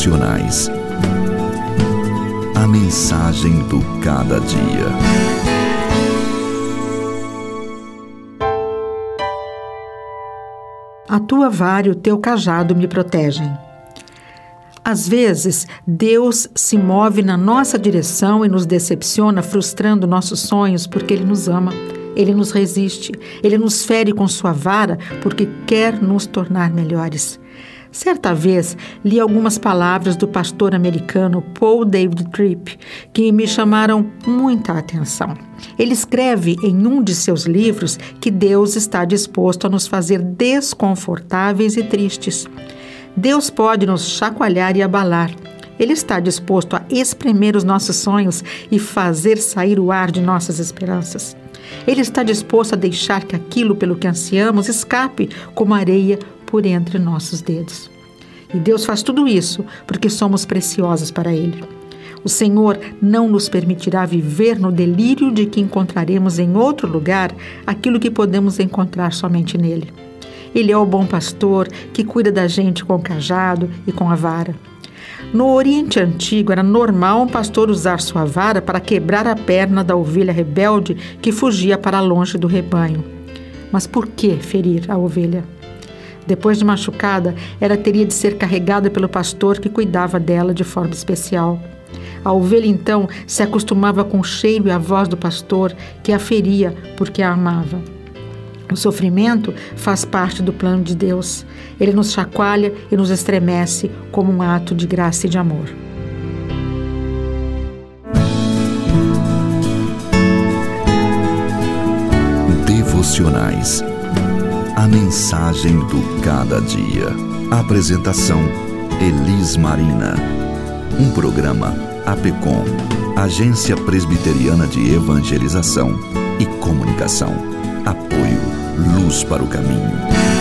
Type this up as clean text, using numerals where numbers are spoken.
Devocionais. A mensagem do cada dia. A tua vara e o teu cajado me protegem. Às vezes, Deus se move na nossa direção e nos decepciona, frustrando nossos sonhos porque Ele nos ama. Ele nos resiste. Ele nos fere com sua vara porque quer nos tornar melhores. Certa vez, li algumas palavras do pastor americano Paul David Tripp que me chamaram muita atenção. Ele escreve em um de seus livros que Deus está disposto a nos fazer desconfortáveis e tristes. Deus pode nos chacoalhar e abalar. Ele está disposto a espremer os nossos sonhos e fazer sair o ar de nossas esperanças. Ele está disposto a deixar que aquilo pelo que ansiamos escape como areia por entre nossos dedos. E Deus faz tudo isso porque somos preciosos para Ele. O Senhor não nos permitirá viver no delírio de que encontraremos em outro lugar aquilo que podemos encontrar somente nele. Ele é o bom pastor que cuida da gente com o cajado e com a vara. No Oriente Antigo, era normal um pastor usar sua vara para quebrar a perna da ovelha rebelde que fugia para longe do rebanho. Mas por que ferir a ovelha? Depois de machucada, ela teria de ser carregada pelo pastor que cuidava dela de forma especial. A ovelha, então, se acostumava com o cheiro e a voz do pastor, que a feria porque a amava. O sofrimento faz parte do plano de Deus. Ele nos chacoalha e nos estremece como um ato de graça e de amor. Devocionais. A mensagem do cada dia. Apresentação: Elis Marina. Um programa APECOM, Agência Presbiteriana de Evangelização e Comunicação. Apoio Luz para o Caminho.